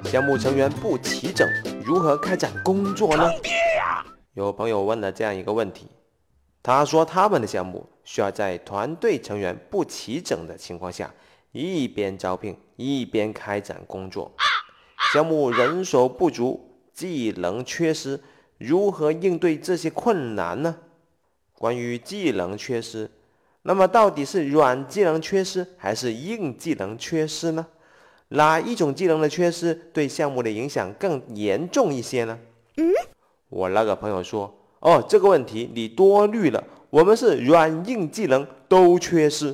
项目成员不齐整，如何开展工作呢？有朋友问了这样一个问题，他说他们的项目需要在团队成员不齐整的情况下，一边招聘一边开展工作，项目人手不足，技能缺失，如何应对这些困难呢？关于技能缺失，那么到底是软技能缺失还是硬技能缺失呢？哪一种技能的缺失对项目的影响更严重一些呢？我那个朋友说，这个问题你多虑了，我们是软硬技能都缺失。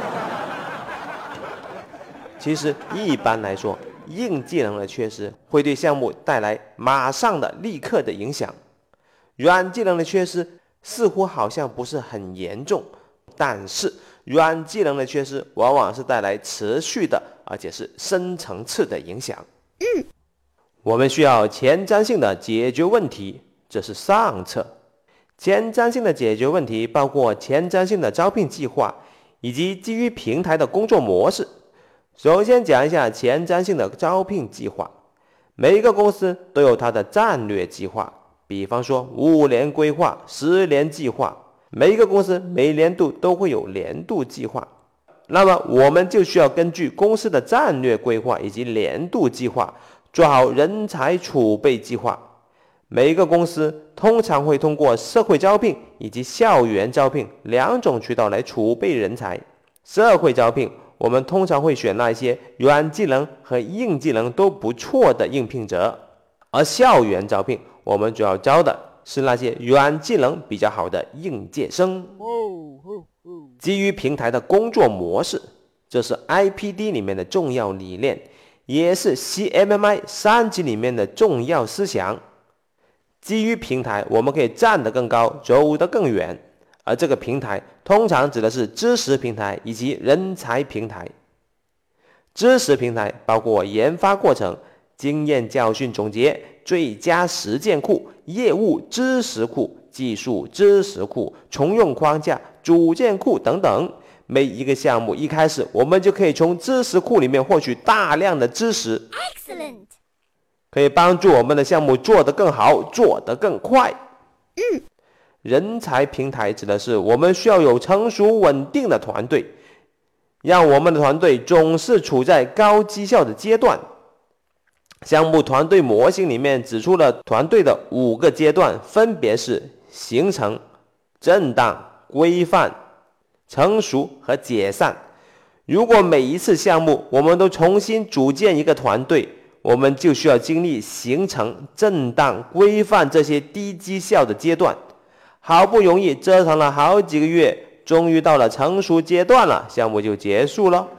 其实一般来说，硬技能的缺失会对项目带来马上的立刻的影响，软技能的缺失似乎好像不是很严重，但是软技能的缺失往往是带来持续的而且是深层次的影响。我们需要前瞻性的解决问题，这是上策。前瞻性的解决问题包括前瞻性的招聘计划以及基于平台的工作模式。首先讲一下前瞻性的招聘计划。每一个公司都有它的战略计划，比方说5年规划、10年计划，每一个公司每年度都会有年度计划。那么我们就需要根据公司的战略规划以及年度计划，做好人才储备计划。每一个公司通常会通过社会招聘以及校园招聘2种渠道来储备人才。社会招聘，我们通常会选那些软技能和硬技能都不错的应聘者，而校园招聘，我们主要招的是那些软技能比较好的应届生。基于平台的工作模式，这是 IPD 里面的重要理念，也是 CMMI 3级里面的重要思想。基于平台，我们可以站得更高，走得更远，而这个平台通常指的是知识平台以及人才平台。知识平台包括研发过程、经验教训总结、最佳实践库、业务知识库、技术知识库、重用框架、组件库等等。每一个项目一开始，我们就可以从知识库里面获取大量的知识， Excellent. 可以帮助我们的项目做得更好，做得更快。人才平台指的是我们需要有成熟稳定的团队，让我们的团队总是处在高绩效的阶段。项目团队模型里面指出了团队的5个阶段，分别是形成、震荡、规范、成熟和解散。如果每一次项目我们都重新组建一个团队，我们就需要经历形成、震荡、规范这些低绩效的阶段。好不容易折腾了好几个月，终于到了成熟阶段了，项目就结束了。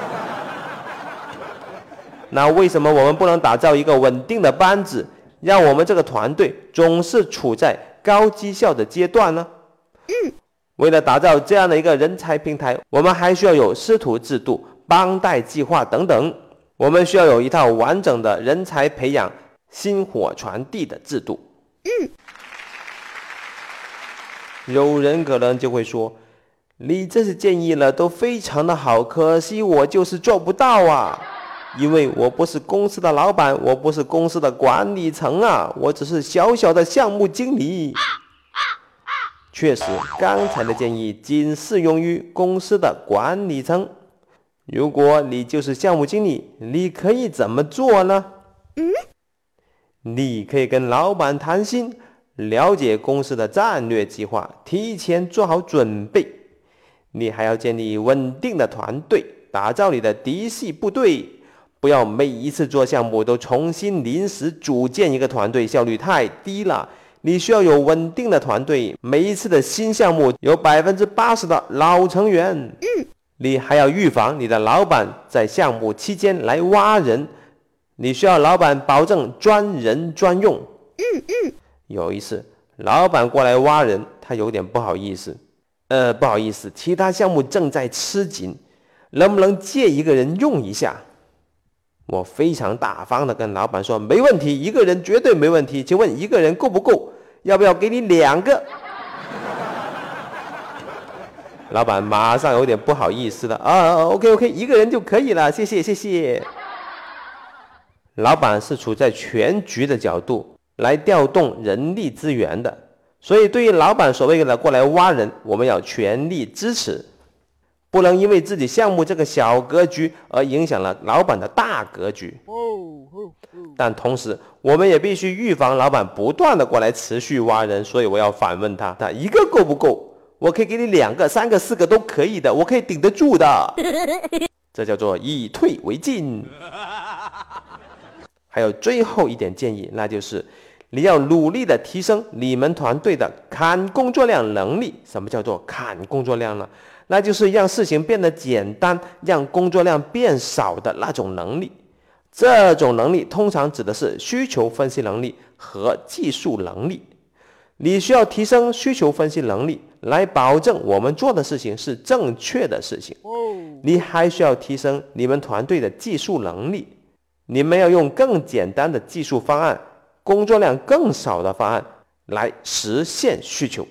那为什么我们不能打造一个稳定的班子，让我们这个团队总是处在高绩效的阶段呢？为了打造这样的一个人才平台，我们还需要有师徒制度、帮带计划等等。我们需要有一套完整的人才培养、薪火传递的制度。有人可能就会说，你这些建议了都非常的好，可惜我就是做不到啊，因为我不是公司的老板，我不是公司的管理层啊，我只是小小的项目经理。确实，刚才的建议仅适用于公司的管理层。如果你就是项目经理，你可以怎么做呢？你可以跟老板谈心，了解公司的战略计划，提前做好准备。你还要建立稳定的团队，打造你的嫡系部队。不要每一次做项目都重新临时组建一个团队，效率太低了。你需要有稳定的团队，每一次的新项目有 80% 的老成员。你还要预防你的老板在项目期间来挖人，你需要老板保证专人专用。有一次老板过来挖人，他有点不好意思，不好意思，其他项目正在吃紧，能不能借一个人用一下？我非常大方的跟老板说，没问题，一个人绝对没问题，请问一个人够不够？要不要给你2个？老板马上有点不好意思了，OK， 一个人就可以了，谢谢。 老板是处在全局的角度来调动人力资源的，所以对于老板所谓的过来挖人，我们要全力支持，不能因为自己项目这个小格局而影响了老板的大格局。但同时我们也必须预防老板不断的过来持续挖人，所以我要反问他一个够不够？我可以给你2个、3个、4个都可以的，我可以顶得住的。这叫做以退为进。还有最后一点建议，那就是你要努力的提升你们团队的砍工作量能力。什么叫做砍工作量呢？那就是让事情变得简单，让工作量变少的那种能力。这种能力通常指的是需求分析能力和技术能力。你需要提升需求分析能力，来保证我们做的事情是正确的事情。你还需要提升你们团队的技术能力，你们要用更简单的技术方案，工作量更少的方案来实现需求。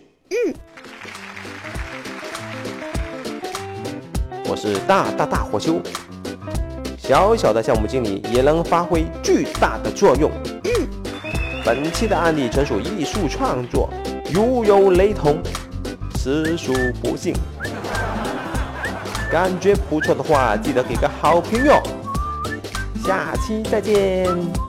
我是大火球，小小的项目经理也能发挥巨大的作用。本期的案例纯属艺术创作，如有雷同，实属不幸。感觉不错的话，记得给个好评哟。下期再见。